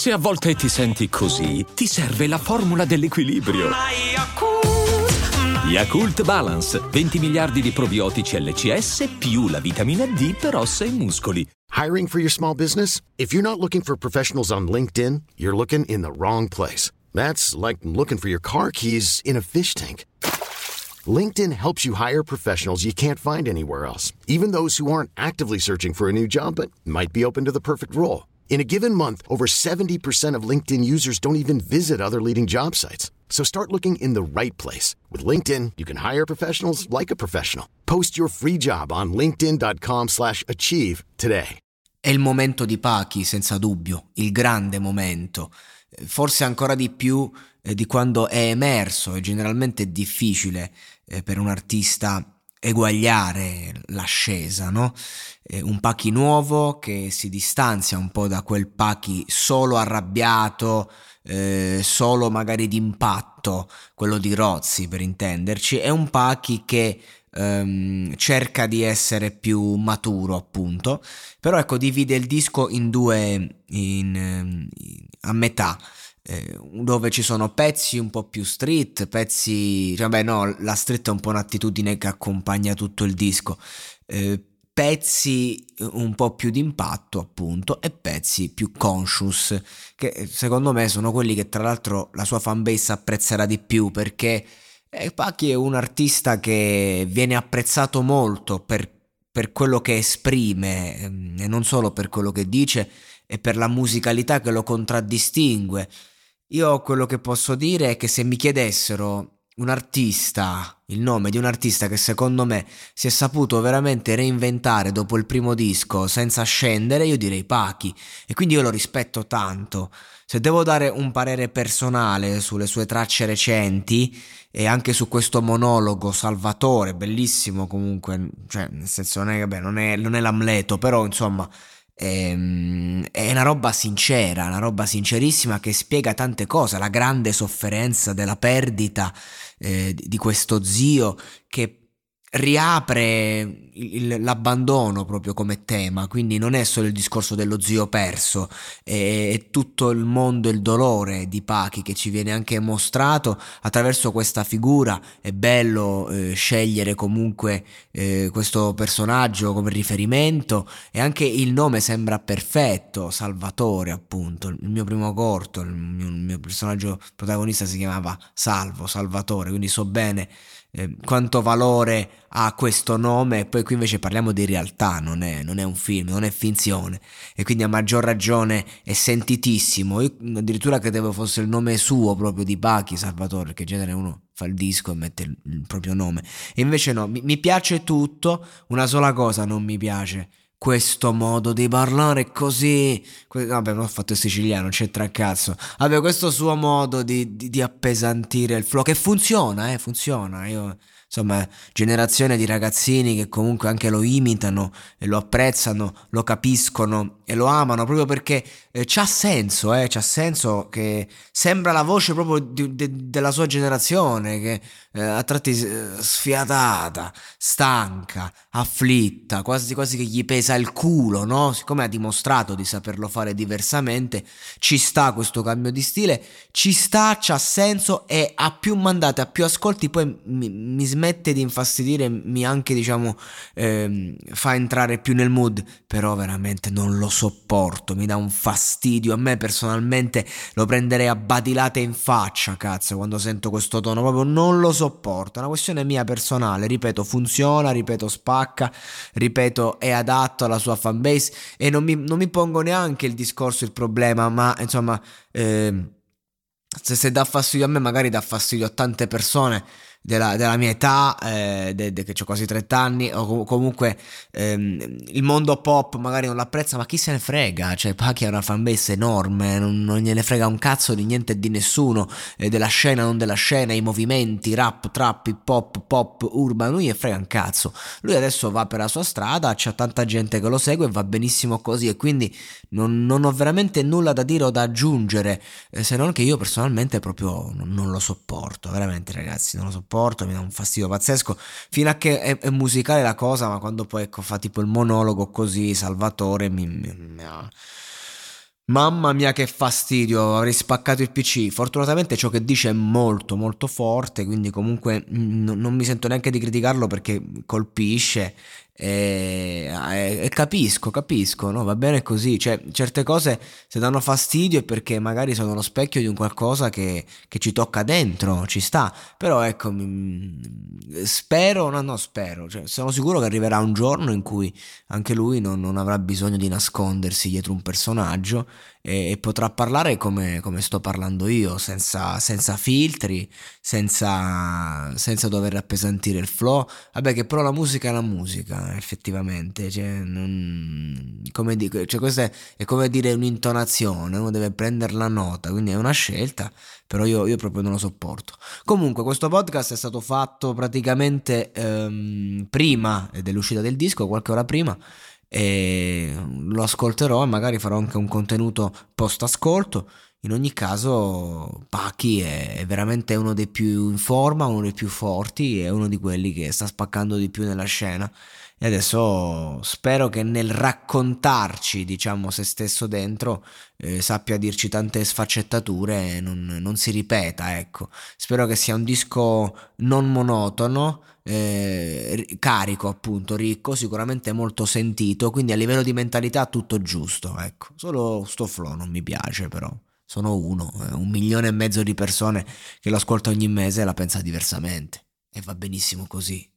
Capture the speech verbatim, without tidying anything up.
Se a volte ti senti così, ti serve la formula dell'equilibrio. Yakult Balance, venti miliardi di probiotici L C S più la vitamina D per ossa e muscoli. Hiring for your small business? If you're not looking for professionals on LinkedIn, you're looking in the wrong place. That's like looking for your car keys in a fish tank. LinkedIn helps you hire professionals you can't find anywhere else, even those who aren't actively searching for a new job but might be open to the perfect role. In a given month, over seventy percent of LinkedIn users don't even visit other leading job sites. So start looking in the right place. With LinkedIn, you can hire professionals like a professional. Post your free job on linkedin.com slash achieve today. È il momento di Pachi, senza dubbio, il grande momento. Forse ancora di più eh, di quando è emerso, e generalmente è difficile eh, per un artista eguagliare l'ascesa, no? Eh, un Pachi nuovo che si distanzia un po' da quel Pachi solo arrabbiato, eh, solo magari d'impatto, quello di Rozzi per intenderci. È un Pachi che ehm, cerca di essere più maturo, appunto, però ecco, divide il disco in due, in, in, a metà, eh, dove ci sono pezzi un po' più street, pezzi, cioè, beh no, la street è un po' un'attitudine che accompagna tutto il disco, eh, pezzi un po' più d'impatto, appunto, e pezzi più conscious, che secondo me sono quelli che tra l'altro la sua fanbase apprezzerà di più, perché eh, Pachi è un artista che viene apprezzato molto per, per quello che esprime, ehm, e non solo per quello che dice, e per la musicalità che lo contraddistingue. Io quello che posso dire è che se mi chiedessero un artista, il nome di un artista che secondo me si è saputo veramente reinventare dopo il primo disco senza scendere, io direi Pachi, e quindi io lo rispetto tanto. Se devo dare un parere personale sulle sue tracce recenti e anche su questo monologo Salvatore, bellissimo comunque, cioè nel senso non è, vabbè, non è, non è l'Amleto, però insomma è, è una roba sincera, una roba sincerissima che spiega tante cose, la grande sofferenza della perdita eh, di questo zio, che riapre il, l'abbandono proprio come tema, quindi non è solo il discorso dello zio perso, è, è tutto il mondo, il dolore di Pachi che ci viene anche mostrato attraverso questa figura. È bello eh, scegliere comunque eh, questo personaggio come riferimento, e anche il nome sembra perfetto, Salvatore appunto, il mio primo corto, il mio, il mio personaggio protagonista si chiamava Salvo, Salvatore, quindi so bene Eh, quanto valore ha questo nome. E poi qui invece parliamo di realtà, non è, non è un film, non è finzione, e quindi a maggior ragione è sentitissimo. Io addirittura credevo fosse il nome suo proprio di Pachi, Salvatore, perché in genere uno fa il disco e mette il, il proprio nome, e invece no, mi, mi piace tutto. Una sola cosa non mi piace: questo modo di parlare così, que- vabbè, non ho fatto il siciliano, non c'entra un cazzo, vabbè, questo suo modo di, di, di appesantire il flow, che funziona, eh, funziona. Io insomma, generazione di ragazzini che comunque anche lo imitano e lo apprezzano, lo capiscono e lo amano, proprio perché eh, c'ha senso, eh, c'ha senso, che sembra la voce proprio di, de, della sua generazione, che eh, a tratti eh, sfiatata, stanca, afflitta, quasi quasi che gli pesa il culo, no? Siccome ha dimostrato di saperlo fare diversamente, ci sta questo cambio di stile, ci sta, c'ha senso, e a più mandate, a più ascolti, poi mi, mi smette di infastidire, mi anche diciamo ehm, fa entrare più nel mood, però veramente non lo sopporto, mi dà un fastidio. A me personalmente lo prenderei a badilate in faccia, cazzo, quando sento questo tono, proprio non lo sopporto. È una questione mia personale, ripeto, funziona, ripeto, spacca, ripeto, è adatto alla sua fanbase, e non mi, non mi pongo neanche il discorso, il problema, ma insomma ehm, se, se dà fastidio a me, magari dà fastidio a tante persone della, della mia età, eh, de, de, che ho quasi trenta anni, o com- comunque ehm, il mondo pop magari non l'apprezza, ma chi se ne frega, cioè Pachi ha una fanbase enorme, non, non gliene frega un cazzo di niente e di nessuno, eh, della scena, non della scena, i movimenti, rap, trap, hip hop, pop, urban, lui gli frega un cazzo. Lui adesso va per la sua strada, c'è tanta gente che lo segue e va benissimo così, e quindi non, non ho veramente nulla da dire o da aggiungere, eh, se non che io personalmente proprio non, non lo sopporto, veramente ragazzi, non lo sopporto. Mi dà un fastidio pazzesco, fino a che è, è musicale la cosa, ma quando poi ecco fa tipo il monologo così, Salvatore mi, mi, mi, ha, Mamma mia che fastidio, avrei spaccato il P C. Fortunatamente ciò che dice è molto molto forte, quindi comunque mm, non non mi sento neanche di criticarlo perché colpisce e, e- e capisco, capisco, no? Va bene così, cioè certe cose se danno fastidio è perché magari sono lo specchio di un qualcosa che, che ci tocca dentro, ci sta, però ecco, mm, spero, no, no, spero, cioè, sono sicuro che arriverà un giorno in cui anche lui non non avrà bisogno di nascondersi dietro un personaggio e, e potrà parlare come, come sto parlando io, senza, senza filtri, senza, senza dover appesantire il flow. Vabbè, che però la musica è la musica, effettivamente. Cioè, non, come dico, cioè questa è, è come dire un'intonazione, uno deve prendere la nota, quindi è una scelta, però io, io proprio non lo sopporto. Comunque, questo podcast è stato fatto praticamente ehm, prima dell'uscita del disco, qualche ora prima, e lo ascolterò e magari farò anche un contenuto post ascolto. In ogni caso, Pachi è, è veramente uno dei più in forma, uno dei più forti, è uno di quelli che sta spaccando di più nella scena. E adesso spero che nel raccontarci, diciamo, se stesso dentro, eh, sappia dirci tante sfaccettature e non, non si ripeta, ecco. Spero che sia un disco non monotono, eh, ri- carico appunto, ricco, sicuramente molto sentito, quindi a livello di mentalità tutto giusto, ecco. Solo sto flow non mi piace però. Sono uno, eh, un milione e mezzo di persone che lo ascolta ogni mese e la pensa diversamente. E va benissimo così.